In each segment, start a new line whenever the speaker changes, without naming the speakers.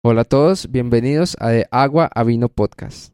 Hola a todos, bienvenidos a De Agua a Vino Podcast.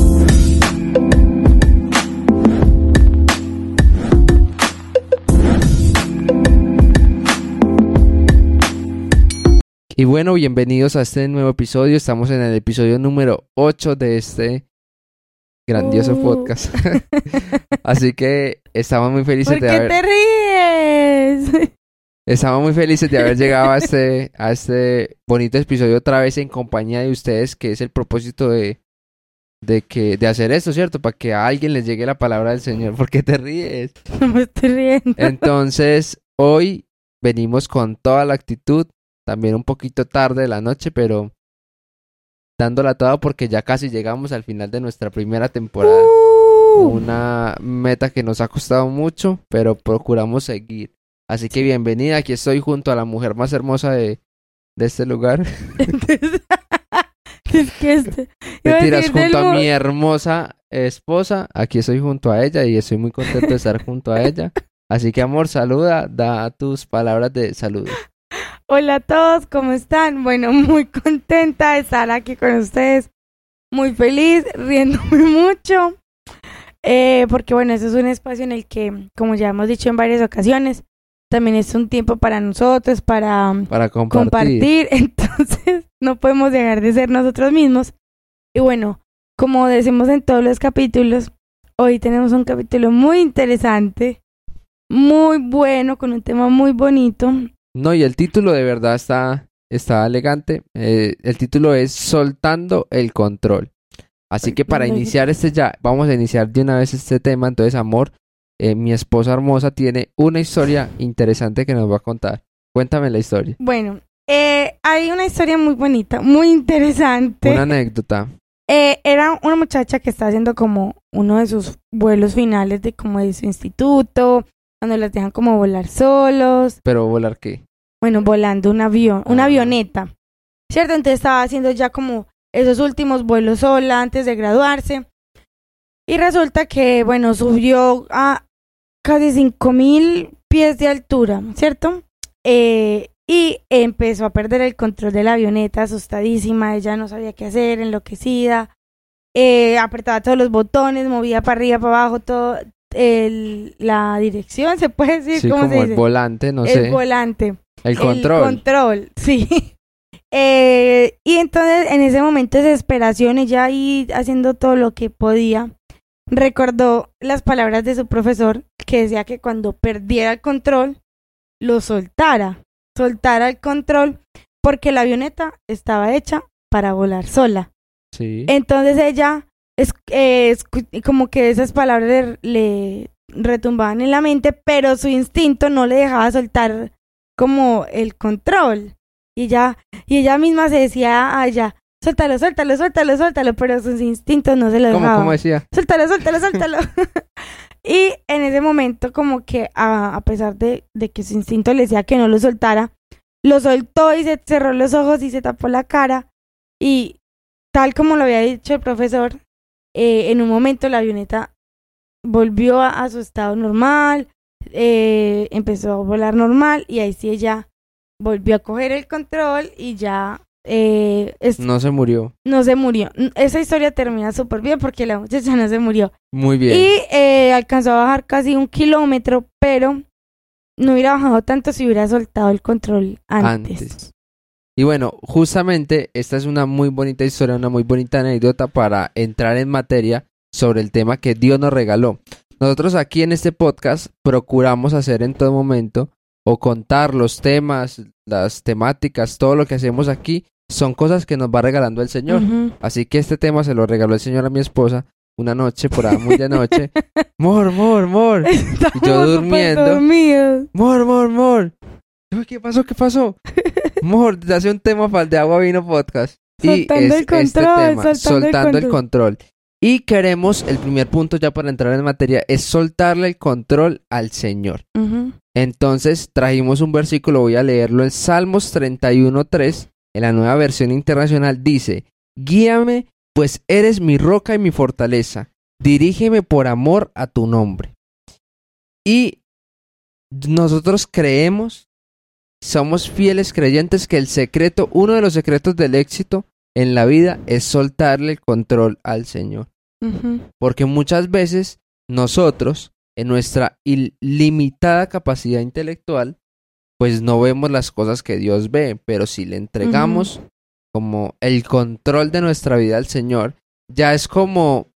Y bueno, bienvenidos a este nuevo episodio. Estamos en el episodio número 8 de este grandioso podcast. Así que estamos muy felices
¿Por qué te ríes?
Estamos muy felices de haber llegado a este bonito episodio otra vez en compañía de ustedes, que es el propósito de hacer esto, ¿cierto? Para que a alguien les llegue la palabra del Señor. ¿Por qué te ríes?
No me estoy riendo.
Entonces, hoy venimos con toda la actitud, también un poquito tarde de la noche, pero dándola toda porque ya casi llegamos al final de nuestra primera temporada. Una meta que nos ha costado mucho, pero procuramos seguir. Así que bienvenida, aquí estoy junto a la mujer más hermosa de este lugar.
Es que
Mentiras, junto a mi hermosa esposa, aquí estoy junto a ella y estoy muy contento de estar junto a ella. Así que amor, saluda, da tus palabras de saludo.
Hola a todos, ¿cómo están? Bueno, muy contenta de estar aquí con ustedes. Muy feliz, riéndome mucho. Porque bueno, eso es un espacio en el que, como ya hemos dicho en varias ocasiones, también es un tiempo para nosotros, para compartir. Entonces, no podemos dejar de ser nosotros mismos. Y bueno, como decimos en todos los capítulos, hoy tenemos un capítulo muy interesante, muy bueno, con un tema muy bonito.
No, y el título de verdad está elegante. El título es Soltando el Control. Así que para iniciar vamos a iniciar de una vez este tema. Entonces, amor, mi esposa hermosa tiene una historia interesante que nos va a contar. Cuéntame la historia.
Bueno, hay una historia muy bonita, muy interesante.
Una anécdota.
Era una muchacha que está haciendo como uno de sus vuelos finales de su instituto, cuando las dejan como volar solos.
¿Pero volar qué?
Bueno, volando un avión, una avioneta, ¿cierto? Entonces estaba haciendo ya como esos últimos vuelos sola antes de graduarse. Y resulta que, bueno, subió a casi 5,000 pies de altura, ¿cierto? Y empezó a perder el control de la avioneta, asustadísima. Ella no sabía qué hacer, enloquecida. Apretaba todos los botones, movía para arriba, para abajo, todo. La dirección, ¿se puede decir?
Sí,
¿cómo
como
se dice?
el volante, no sé.
El volante.
El control.
El control, sí. Y entonces, en ese momento de desesperación, ella ahí haciendo todo lo que podía, recordó las palabras de su profesor, que decía que cuando perdiera el control, lo soltara el control, porque la avioneta estaba hecha para volar sola.
Sí.
Entonces ella, como que esas palabras le retumbaban en la mente, pero su instinto no le dejaba soltar como el control. Y ella misma se decía a ella, suéltalo, pero sus instintos no se lo dejaban.
¿Cómo decía?
Suéltalo. Y en ese momento, como que a pesar de que su instinto le decía que no lo soltara, lo soltó y se cerró los ojos y se tapó la cara. Y tal como lo había dicho el profesor, en un momento la avioneta volvió a su estado normal, empezó a volar normal y ahí sí ella volvió a coger el control y ya
no se murió.
No se murió. Esa historia termina súper bien porque la muchacha no se murió.
Muy bien.
Y alcanzó a bajar casi 1 kilómetro, pero no hubiera bajado tanto si hubiera soltado el control antes.
Y bueno, justamente esta es una muy bonita historia, una muy bonita anécdota para entrar en materia sobre el tema que Dios nos regaló. Nosotros aquí en este podcast procuramos hacer en todo momento o contar los temas, las temáticas, todo lo que hacemos aquí son cosas que nos va regalando el Señor.
Uh-huh.
Así que este tema se lo regaló el Señor a mi esposa una noche, por ahí muy de noche. Mor. Y yo durmiendo. Mor. ¿Qué pasó? Mor, te hace un tema para el De Agua Vino Podcast.
Soltando el control,
este tema, soltando el control. Y queremos, el primer punto ya para entrar en materia, es soltarle el control al Señor.
Uh-huh.
Entonces trajimos un versículo, voy a leerlo en Salmos 31:3, en la Nueva Versión Internacional dice: guíame, pues eres mi roca y mi fortaleza, dirígeme por amor a tu nombre. Y nosotros creemos somos fieles creyentes que el secreto, uno de los secretos del éxito en la vida es soltarle el control al Señor.
Ujú.
Porque muchas veces nosotros, en nuestra ilimitada capacidad intelectual, pues no vemos las cosas que Dios ve, pero si le entregamos como el control de nuestra vida al Señor, ya es como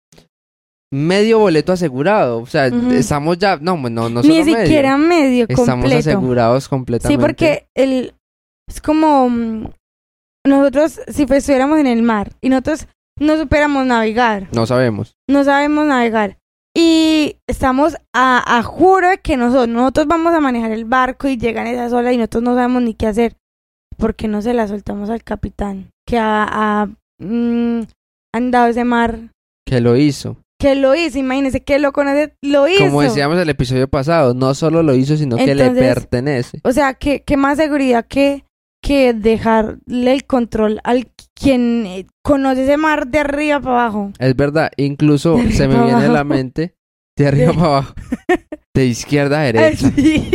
medio boleto asegurado. O sea, estamos ya, no solo
Ni siquiera medio
estamos
completo.
asegurados completamente.
Sí, porque es como nosotros si pues, estuviéramos en el mar y nosotros no supiéramos navegar.
No sabemos.
No sabemos navegar. Y estamos a juro de que nosotros vamos a manejar el barco y llegan esas olas y nosotros no sabemos ni qué hacer. Porque no se la soltamos al capitán que ha andado ese mar.
Que lo hizo.
Que lo hizo, imagínense que lo conoce, lo hizo.
Como decíamos en el episodio pasado, no solo lo hizo, sino que le pertenece.
O sea, ¿qué más seguridad que dejarle el control al quien conoce ese mar de arriba para abajo?
Es verdad, incluso se me viene a la mente de arriba para abajo, de izquierda a derecha.
Sí.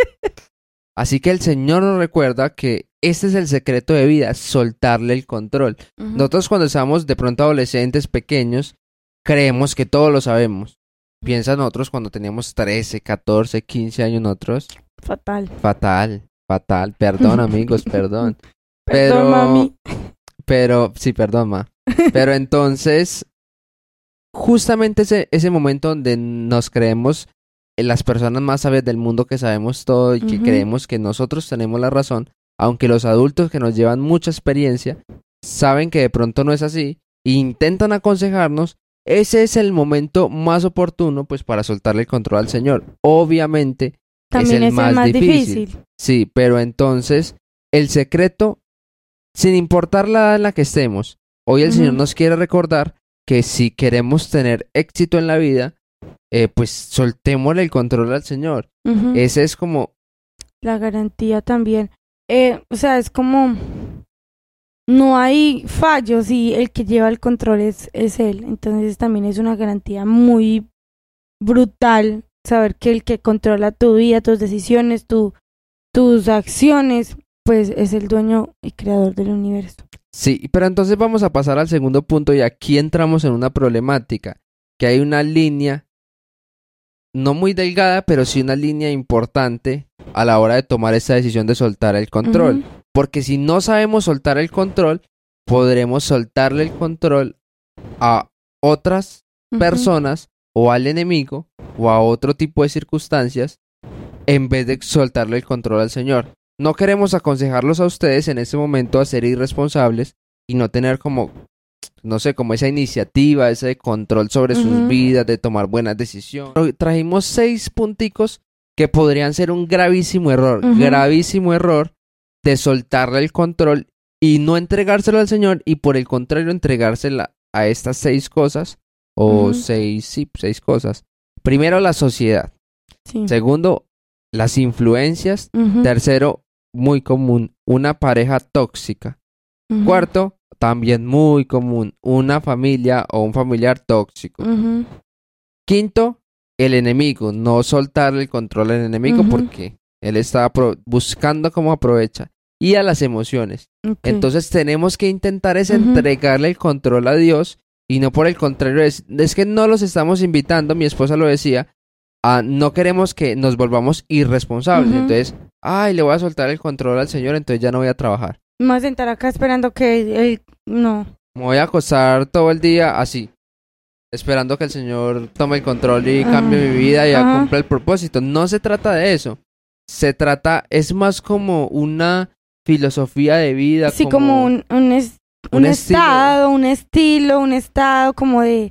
Así que el Señor nos recuerda que este es el secreto de vida, soltarle el control. Nosotros cuando estamos de pronto adolescentes pequeños, creemos que todo lo sabemos. Piensa nosotros cuando teníamos 13, 14, 15 años nosotros. Fatal. Perdón, amigos, perdón.
Perdón, mami.
Pero, sí, perdón, ma. Pero entonces, justamente ese momento donde nos creemos las personas más sabias del mundo, que sabemos todo y que creemos que nosotros tenemos la razón, aunque los adultos que nos llevan mucha experiencia saben que de pronto no es así e intentan aconsejarnos, ese es el momento más oportuno pues para soltarle el control al Señor. Obviamente
también es el más difícil.
Sí, pero entonces el secreto, sin importar la edad en la que estemos, hoy el Señor nos quiere recordar que si queremos tener éxito en la vida, pues soltémosle el control al Señor. Ese es como
la garantía también. O sea, es como no hay fallos y el que lleva el control es Él. Entonces también es una garantía muy brutal saber que el que controla tu vida, tus decisiones, tus acciones, pues es el dueño y creador del universo.
Sí, pero entonces vamos a pasar al segundo punto y aquí entramos en una problemática, que hay una línea, no muy delgada, pero sí una línea importante a la hora de tomar esta decisión de soltar el control. Porque si no sabemos soltar el control, podremos soltarle el control a otras personas o al enemigo o a otro tipo de circunstancias en vez de soltarle el control al Señor. No queremos aconsejarlos a ustedes en este momento a ser irresponsables y no tener como, no sé, como esa iniciativa, ese control sobre sus vidas, de tomar buenas decisiones. Trajimos 6 punticos que podrían ser un gravísimo error de soltarle el control y no entregárselo al Señor y por el contrario entregársela a estas 6 cosas o 6 cosas. Primero, la sociedad.
Sí.
Segundo, las influencias. Tercero, muy común, una pareja tóxica. Cuarto, también muy común, una familia o un familiar tóxico. Quinto, el enemigo, no soltarle el control al enemigo porque él está buscando cómo aprovecha. Y a las emociones. Entonces tenemos que intentar entregarle el control a Dios y no por el contrario, es que no los estamos invitando, mi esposa lo decía, no queremos que nos volvamos irresponsables. Entonces, le voy a soltar el control al Señor, entonces ya no voy a trabajar.
Me voy a sentar acá esperando que él no.
Me voy a acostar todo el día así, esperando que el Señor tome el control y cambie mi vida y cumpla el propósito. No se trata de eso. Es más como una filosofía de vida.
Sí, como un estado, un estado como de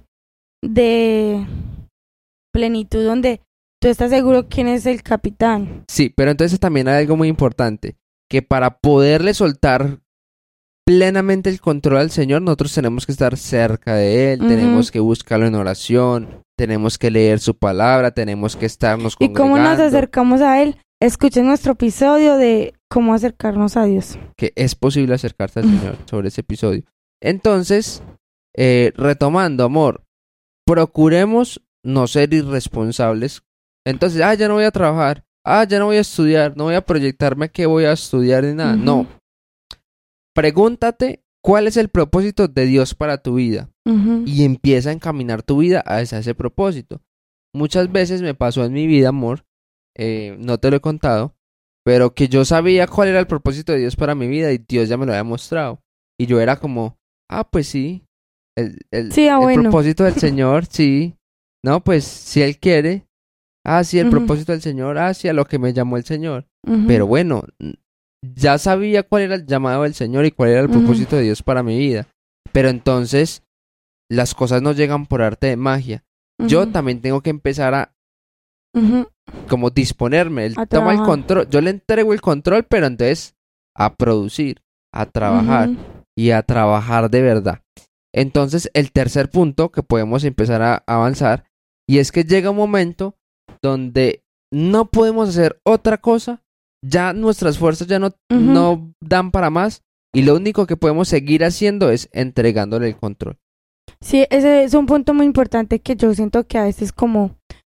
plenitud donde tú estás seguro quién es el capitán.
Sí, pero entonces también hay algo muy importante, que para poderle soltar plenamente el control al Señor, nosotros tenemos que estar cerca de Él, tenemos que buscarlo en oración, tenemos que leer su palabra, tenemos que estarnos congregando.
¿Y cómo nos acercamos a Él? Escuchen nuestro episodio de cómo acercarnos a Dios.
Que es posible acercarse al Señor sobre ese episodio. Entonces, retomando, amor, procuremos no ser irresponsables. Entonces, ya no voy a trabajar. ya no voy a estudiar, no voy a proyectarme que voy a estudiar ni nada. No. Pregúntate cuál es el propósito de Dios para tu vida y empieza a encaminar tu vida hacia ese propósito. Muchas veces me pasó en mi vida, amor, no te lo he contado, pero que yo sabía cuál era el propósito de Dios para mi vida y Dios ya me lo había mostrado. Y yo era como, pues sí, el
bueno.
propósito del Señor, sí. No, pues si Él quiere, sí, el propósito del Señor, sí, a lo que me llamó el Señor. Pero bueno, ya sabía cuál era el llamado del Señor y cuál era el propósito de Dios para mi vida. Pero entonces, las cosas no llegan por arte de magia. Yo también tengo que empezar a como disponerme. Él toma el control, yo le entrego el control, pero entonces a producir, a trabajar y a trabajar de verdad. Entonces, el tercer punto que podemos empezar a avanzar, y es que llega un momento donde no podemos hacer otra cosa, ya nuestras fuerzas ya no dan para más, y lo único que podemos seguir haciendo es entregándole el control.
Sí, ese es un punto muy importante que yo siento que a veces como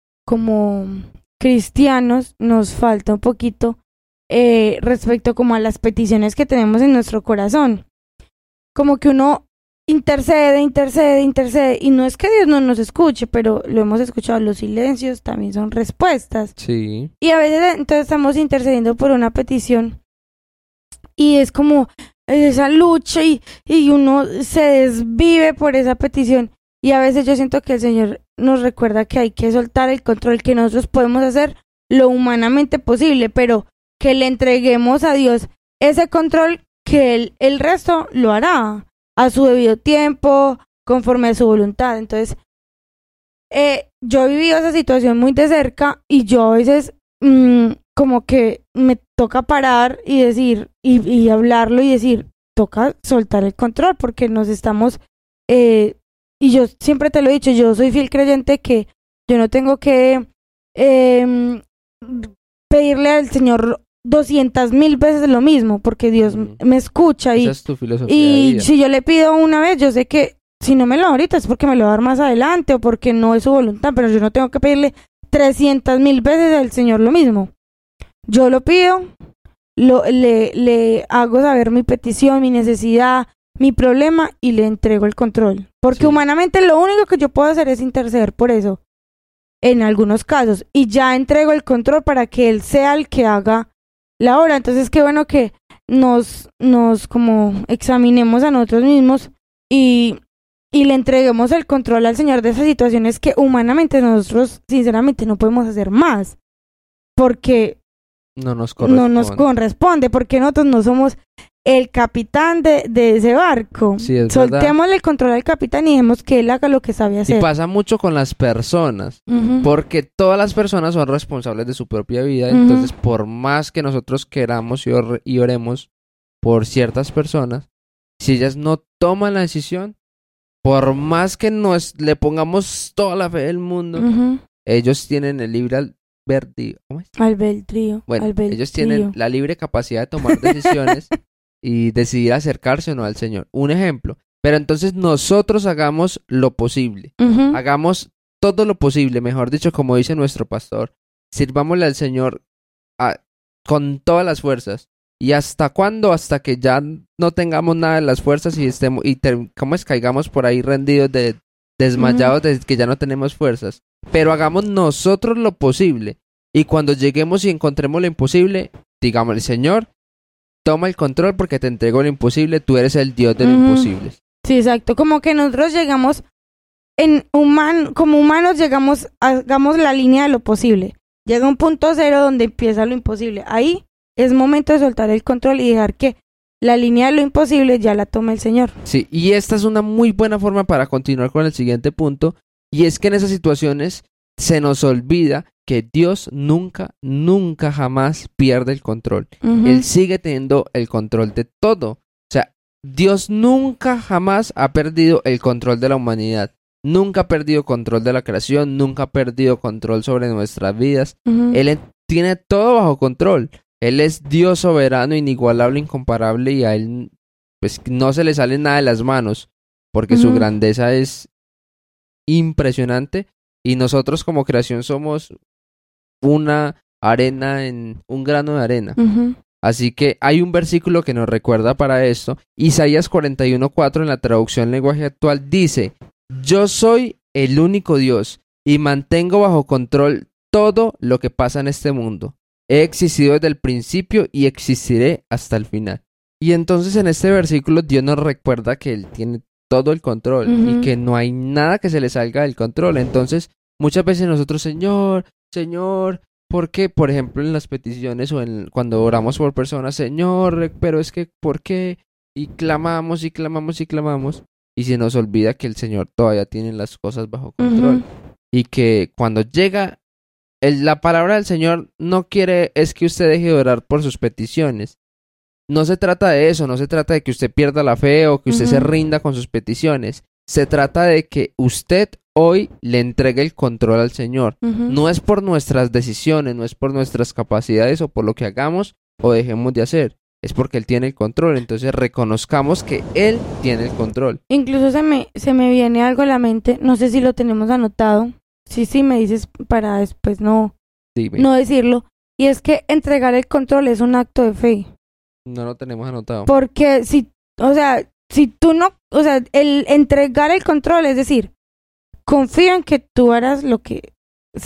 cristianos nos falta un poquito respecto como a las peticiones que tenemos en nuestro corazón. Como que uno intercede, y no es que Dios no nos escuche, pero lo hemos escuchado, los silencios también son respuestas.
Sí.
Y a veces entonces estamos intercediendo por una petición y es como esa lucha y uno se desvive por esa petición, y a veces yo siento que el Señor nos recuerda que hay que soltar el control, que nosotros podemos hacer lo humanamente posible, pero que le entreguemos a Dios ese control, que el resto lo hará a su debido tiempo, conforme a su voluntad. Entonces, yo he vivido esa situación muy de cerca, y yo a veces como que me toca parar y decir, y hablarlo y decir, toca soltar el control, porque nos estamos, y yo siempre te lo he dicho, yo soy fiel creyente que yo no tengo que pedirle al Señor 200,000 veces lo mismo, porque Dios me escucha.
Esa es tu filosofía
y
de vida.
Si yo le pido una vez, yo sé que si no me lo da ahorita es porque me lo va a dar más adelante o porque no es su voluntad, pero yo no tengo que pedirle 300,000 veces al Señor lo mismo. Yo lo pido, le hago saber mi petición, mi necesidad, mi problema, y le entrego el control. Porque humanamente lo único que yo puedo hacer es interceder por eso, en algunos casos, y ya entrego el control para que Él sea el que haga la obra. Entonces, qué bueno que nos como examinemos a nosotros mismos y le entreguemos el control al Señor de esas situaciones que humanamente nosotros sinceramente no podemos hacer más, porque
no nos corresponde,
porque nosotros no somos el capitán de ese barco.
Sí, es
Soltémosle el control al capitán y dejemos que él haga lo que sabe hacer.
Y pasa mucho con las personas, porque todas las personas son responsables de su propia vida. Entonces, por más que nosotros queramos y oremos por ciertas personas, si ellas no toman la decisión, por más que le pongamos toda la fe del mundo, ellos tienen el libre albedrío. ¿Cómo es?
Albedrío.
Bueno, ellos tienen la libre capacidad de tomar decisiones y decidir acercarse o no al Señor. Un ejemplo. Pero entonces nosotros hagamos lo posible. Hagamos todo lo posible, mejor dicho, como dice nuestro pastor. Sirvámosle al Señor con todas las fuerzas. ¿Y hasta cuándo? Hasta que ya no tengamos nada de las fuerzas y caigamos por ahí rendidos, desmayados, de que ya no tenemos fuerzas. Pero hagamos nosotros lo posible. Y cuando lleguemos y encontremos lo imposible, digámosle, Señor, toma el control porque te entrego lo imposible, tú eres el Dios de lo imposible.
Sí, exacto. Como que nosotros llegamos como humanos hagamos la línea de lo posible. Llega un punto cero donde empieza lo imposible. Ahí es momento de soltar el control y dejar que la línea de lo imposible ya la tome el Señor.
Sí, y esta es una muy buena forma para continuar con el siguiente punto, y es que en esas situaciones se nos olvida que Dios nunca, nunca jamás pierde el control. Él sigue teniendo el control de todo. O sea, Dios nunca jamás ha perdido el control de la humanidad. Nunca ha perdido control de la creación, nunca ha perdido control sobre nuestras vidas. Él tiene todo bajo control. Él es Dios soberano, inigualable, incomparable, y a Él pues no se le sale nada de las manos, porque su grandeza es impresionante, y nosotros como creación somos una arena en un grano de arena.
Ujú.
Así que hay un versículo que nos recuerda para esto. Isaías 41:4 en la traducción lenguaje actual dice: Yo soy el único Dios y mantengo bajo control todo lo que pasa en este mundo. He existido desde el principio y existiré hasta el final. Y entonces en este versículo Dios nos recuerda que Él tiene todo el control y que no hay nada que se le salga del control. Entonces muchas veces nosotros, Señor, Señor, ¿por qué? Por ejemplo, en las peticiones o cuando oramos por personas, Señor, pero es que, ¿por qué? Y clamamos y clamamos y clamamos. Y se nos olvida que el Señor todavía tiene las cosas bajo control. Y que cuando llega, la palabra del Señor no quiere es que usted deje de orar por sus peticiones. No se trata de eso, no se trata de que usted pierda la fe o que usted se rinda con sus peticiones. Se trata de que usted hoy le entregue el control al Señor. No es por nuestras decisiones, no es por nuestras capacidades o por lo que hagamos o dejemos de hacer. Es porque Él tiene el control. Entonces reconozcamos que Él tiene el control.
Incluso se me viene algo a la mente, no sé si lo tenemos anotado. Sí, me dices para después no decirlo. Y es que entregar el control es un acto de fe.
No lo tenemos anotado.
Porque si tú no, el entregar el control, es decir, confío en que tú harás lo que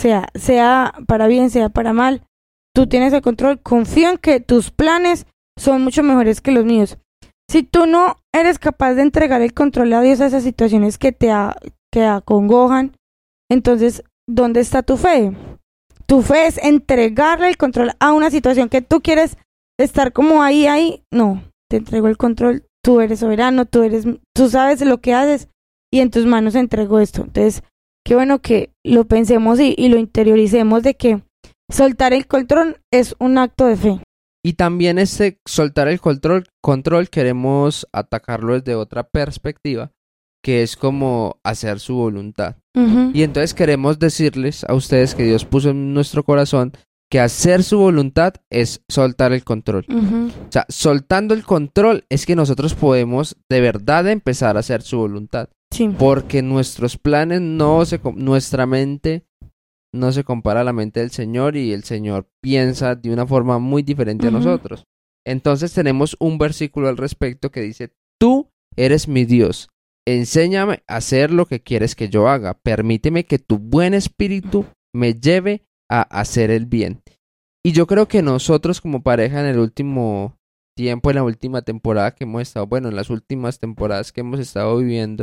sea para bien, sea para mal, tú tienes el control, confío en que tus planes son mucho mejores que los míos. Si tú no eres capaz de entregar el control a Dios a esas situaciones que te acongojan, entonces, ¿dónde está tu fe? Tu fe es entregarle el control a una situación que tú quieres estar como ahí, no, te entrego el control, tú eres soberano, tú sabes lo que haces y en tus manos entrego esto. Entonces, qué bueno que lo pensemos y lo interioricemos de que soltar el control es un acto de fe.
Y también soltar el control queremos atacarlo desde otra perspectiva, que es como hacer su voluntad. Y entonces queremos decirles a ustedes que Dios puso en nuestro corazón que hacer su voluntad es soltar el control. O sea, soltando el control es que nosotros podemos de verdad empezar a hacer su voluntad.
Sí.
Porque nuestros planes nuestra mente no se compara a la mente del Señor y el Señor piensa de una forma muy diferente a nosotros. Entonces tenemos un versículo al respecto que dice: Tú eres mi Dios, enséñame a hacer lo que quieres que yo haga, permíteme que tu buen espíritu me lleve a hacer el bien. Y yo creo que nosotros como pareja en el último tiempo, en la última temporada que hemos estado, en las últimas temporadas que hemos estado viviendo,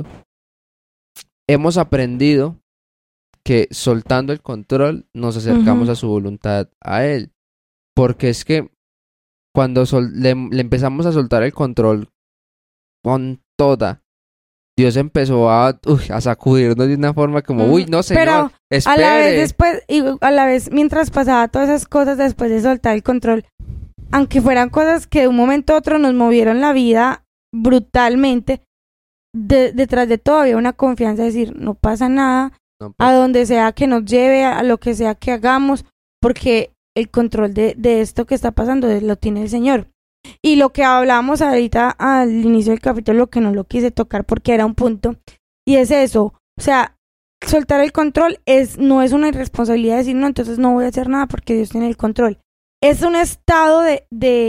hemos aprendido que soltando el control nos acercamos a su voluntad, a Él. Porque es que cuando le empezamos a soltar el control con toda, Dios empezó a sacudirnos de una forma como, no, Señor,
pero
espere.
a la vez, mientras pasaba todas esas cosas después de soltar el control, aunque fueran cosas que de un momento a otro nos movieron la vida brutalmente, detrás de todo había una confianza de decir, no pasa nada, a donde sea que nos lleve, a lo que sea que hagamos, porque el control de esto que está pasando lo tiene el Señor. Y lo que hablábamos ahorita al inicio del capítulo, lo que no lo quise tocar porque era un punto, y es eso, o sea, soltar el control no es una irresponsabilidad de decir, no, entonces no voy a hacer nada porque Dios tiene el control. Es un estado de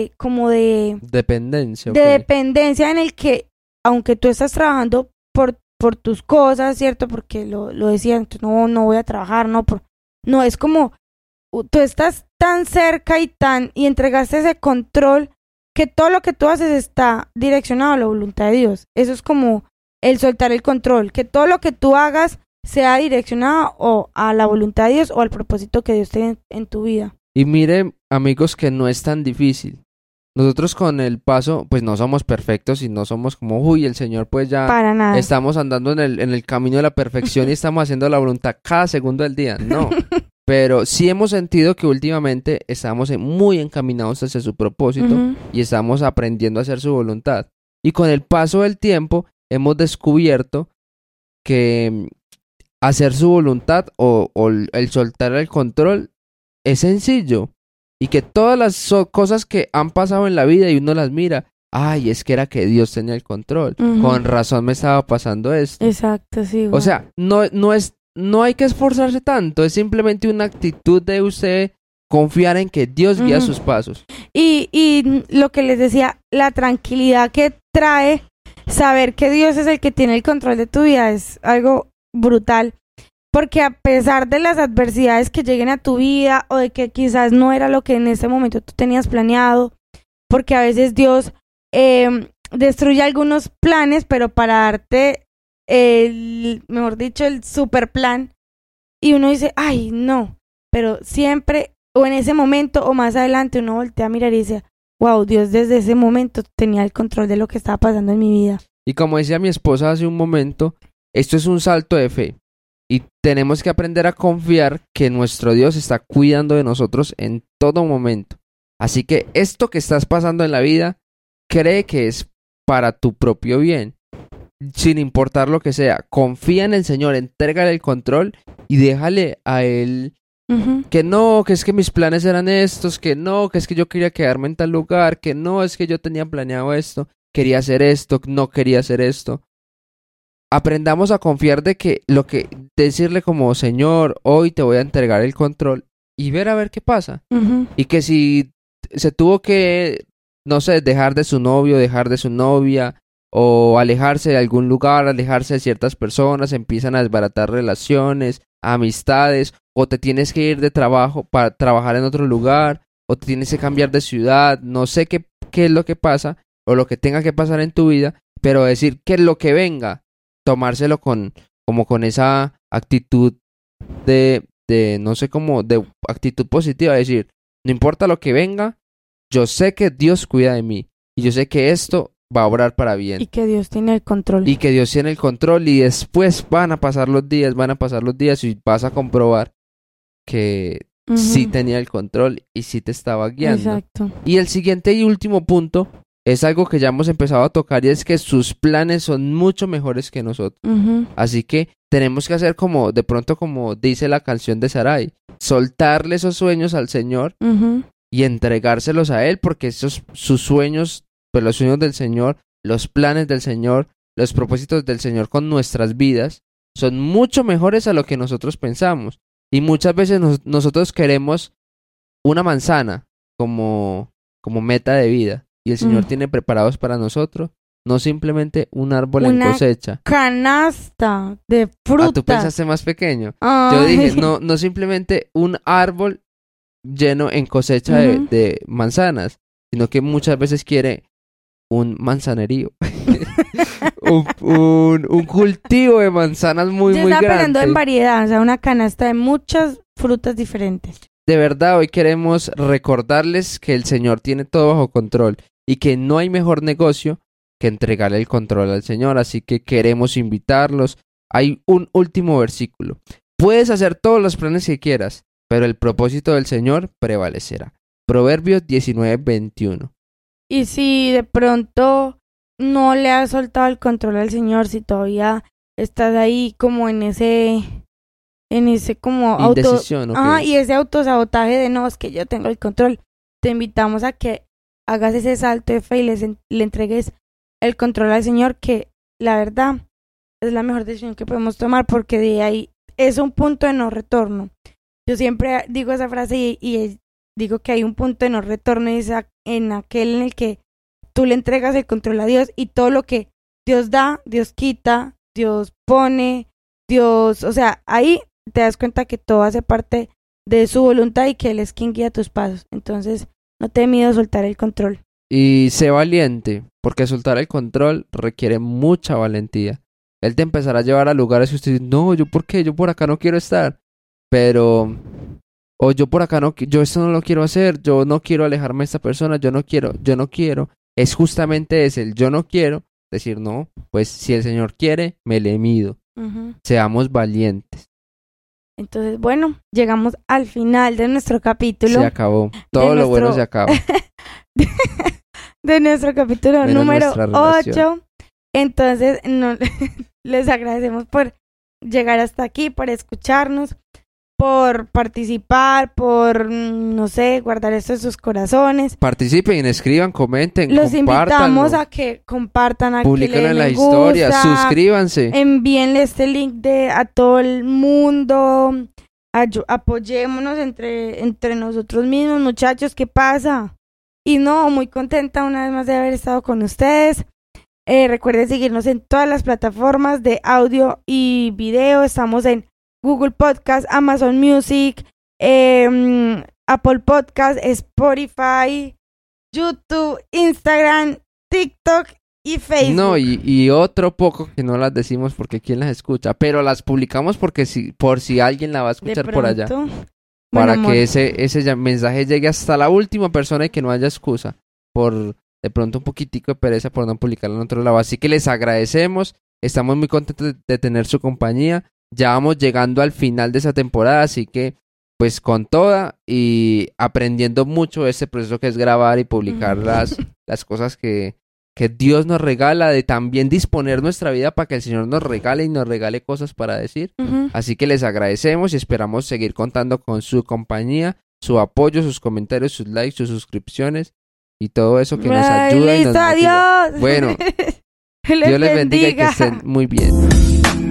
dependencia.
De dependencia en el que, aunque tú estás trabajando por tus cosas, ¿cierto? Porque lo decía, entonces no voy a trabajar, no, es como, tú estás tan cerca y entregaste ese control que todo lo que tú haces está direccionado a la voluntad de Dios. Eso es como el soltar el control, que todo lo que tú hagas sea direccionado o a la voluntad de Dios o al propósito que Dios tiene en tu vida.
Y miren, amigos, que no es tan difícil. Nosotros con el paso, pues no somos perfectos y no somos como, el Señor pues ya
para nada.
Estamos andando en el camino de la perfección y estamos haciendo la voluntad cada segundo del día. No. Pero sí hemos sentido que últimamente estamos muy encaminados hacia su propósito y estamos aprendiendo a hacer su voluntad. Y con el paso del tiempo hemos descubierto que hacer su voluntad o el soltar el control es sencillo. Y que todas las cosas que han pasado en la vida y uno las mira, es que era que Dios tenía el control. Con razón me estaba pasando esto.
Exacto, sí.
O sea, no hay que esforzarse tanto, es simplemente una actitud de usted confiar en que Dios guía sus pasos.
Y lo que les decía, la tranquilidad que trae saber que Dios es el que tiene el control de tu vida es algo brutal. Porque a pesar de las adversidades que lleguen a tu vida o de que quizás no era lo que en ese momento tú tenías planeado, porque a veces Dios destruye algunos planes, pero para darte mejor dicho, el super plan, y uno dice, ay, no, pero siempre, o en ese momento, o más adelante, uno voltea a mirar y dice, wow, Dios desde ese momento tenía el control de lo que estaba pasando en mi vida.
Y como decía mi esposa hace un momento, esto es un salto de fe, y tenemos que aprender a confiar que nuestro Dios está cuidando de nosotros en todo momento. Así que esto que estás pasando en la vida, cree que es para tu propio bien. Sin importar lo que sea, confía en el Señor, entrégale el control y déjale a Él que no, que es que mis planes eran estos, que no, que es que yo quería quedarme en tal lugar, que no, es que yo tenía planeado esto, quería hacer esto, no quería hacer esto. Aprendamos a confiar de que decirle como, Señor, hoy te voy a entregar el control y ver a ver qué pasa. Y que si se tuvo que, no sé, dejar de su novio, dejar de su novia, o alejarse de algún lugar, alejarse de ciertas personas, empiezan a desbaratar relaciones, amistades, o te tienes que ir de trabajo para trabajar en otro lugar, o te tienes que cambiar de ciudad, no sé qué es lo que pasa, o lo que tenga que pasar en tu vida, pero decir que lo que venga, tomárselo como con esa actitud de no sé cómo, de actitud positiva, decir, no importa lo que venga, yo sé que Dios cuida de mí, y yo sé que esto va a obrar para bien.
Y que Dios tiene el control.
Y que Dios tiene el control y después van a pasar los días y vas a comprobar que sí tenía el control y sí te estaba guiando.
Exacto.
Y el siguiente y último punto es algo que ya hemos empezado a tocar y es que sus planes son mucho mejores que nosotros. Así que tenemos que hacer como, de pronto como dice la canción de Sarai, soltarle esos sueños al Señor y entregárselos a Él porque sus sueños, pues los sueños del Señor, los planes del Señor, los propósitos del Señor con nuestras vidas son mucho mejores a lo que nosotros pensamos. Y muchas veces nosotros queremos una manzana como meta de vida. Y el Señor tiene preparados para nosotros no simplemente un árbol en cosecha.
Canasta de frutas.
Ah, tú pensaste más pequeño.
Ay.
Yo dije, no simplemente un árbol lleno en cosecha de manzanas, sino que muchas veces quiere un manzanerío. un cultivo de manzanas muy grande.
Yo estaba pensando en variedad, o sea, una canasta de muchas frutas diferentes.
De verdad, hoy queremos recordarles que el Señor tiene todo bajo control y que no hay mejor negocio que entregarle el control al Señor. Así que queremos invitarlos. Hay un último versículo. Puedes hacer todos los planes que quieras, pero el propósito del Señor prevalecerá. Proverbios 19:21.
Y si de pronto no le has soltado el control al Señor, si todavía estás ahí como en ese como
indecisión,
y ese autosabotaje de no, es que yo tengo el control, te invitamos a que hagas ese salto de fe y le entregues el control al Señor, que la verdad es la mejor decisión que podemos tomar, porque de ahí es un punto de no retorno. Yo siempre digo esa frase y digo que hay un punto de no retorno, y es en aquel en el que tú le entregas el control a Dios y todo lo que Dios da, Dios quita, Dios pone, Dios, o sea, ahí te das cuenta que todo hace parte de su voluntad y que Él es quien guía tus pasos. Entonces, no te dé miedo soltar el control.
Y sé valiente, porque soltar el control requiere mucha valentía. Él te empezará a llevar a lugares que usted dice, no, ¿yo por qué? Yo por acá no quiero estar. Pero, o yo por acá no, yo esto no lo quiero hacer, yo no quiero alejarme de esta persona, yo no quiero. Es justamente ese, el yo no quiero, decir no, pues si el Señor quiere, me le mido. Seamos valientes.
Entonces, bueno, llegamos al final de nuestro capítulo.
Se acabó. Todo lo bueno se acaba.
De nuestro capítulo número 8. Entonces, les agradecemos por llegar hasta aquí, por escucharnos, por participar, por, no sé, guardar esto en sus corazones.
Participen, escriban, comenten,
los invitamos a que compartan, a
publiquen
que le
en la
gusta,
historia, suscríbanse.
Envíenle este link a todo el mundo. Apoyémonos entre nosotros mismos, muchachos, ¿qué pasa? Y no, muy contenta una vez más de haber estado con ustedes. Recuerden seguirnos en todas las plataformas de audio y video. Estamos en Google Podcast, Amazon Music, Apple Podcast, Spotify, YouTube, Instagram, TikTok y Facebook.
No, y otro poco que no las decimos porque quién las escucha, pero las publicamos porque por si alguien la va a escuchar por allá. Para
Bueno,
que ese mensaje llegue hasta la última persona y que no haya excusa por de pronto un poquitico de pereza por no publicarlo en otro lado. Así que les agradecemos, estamos muy contentos de tener su compañía. Ya vamos llegando al final de esa temporada, así que pues con toda y aprendiendo mucho de este proceso que es grabar y publicar las cosas que Dios nos regala, de también disponer nuestra vida para que el Señor nos regale y nos regale cosas para decir. Así que les agradecemos y esperamos seguir contando con su compañía, su apoyo, sus comentarios, sus likes, sus suscripciones y todo eso que nos ayuda y nos motiva.
Adiós.
Bueno, Dios les bendiga y que estén muy bien.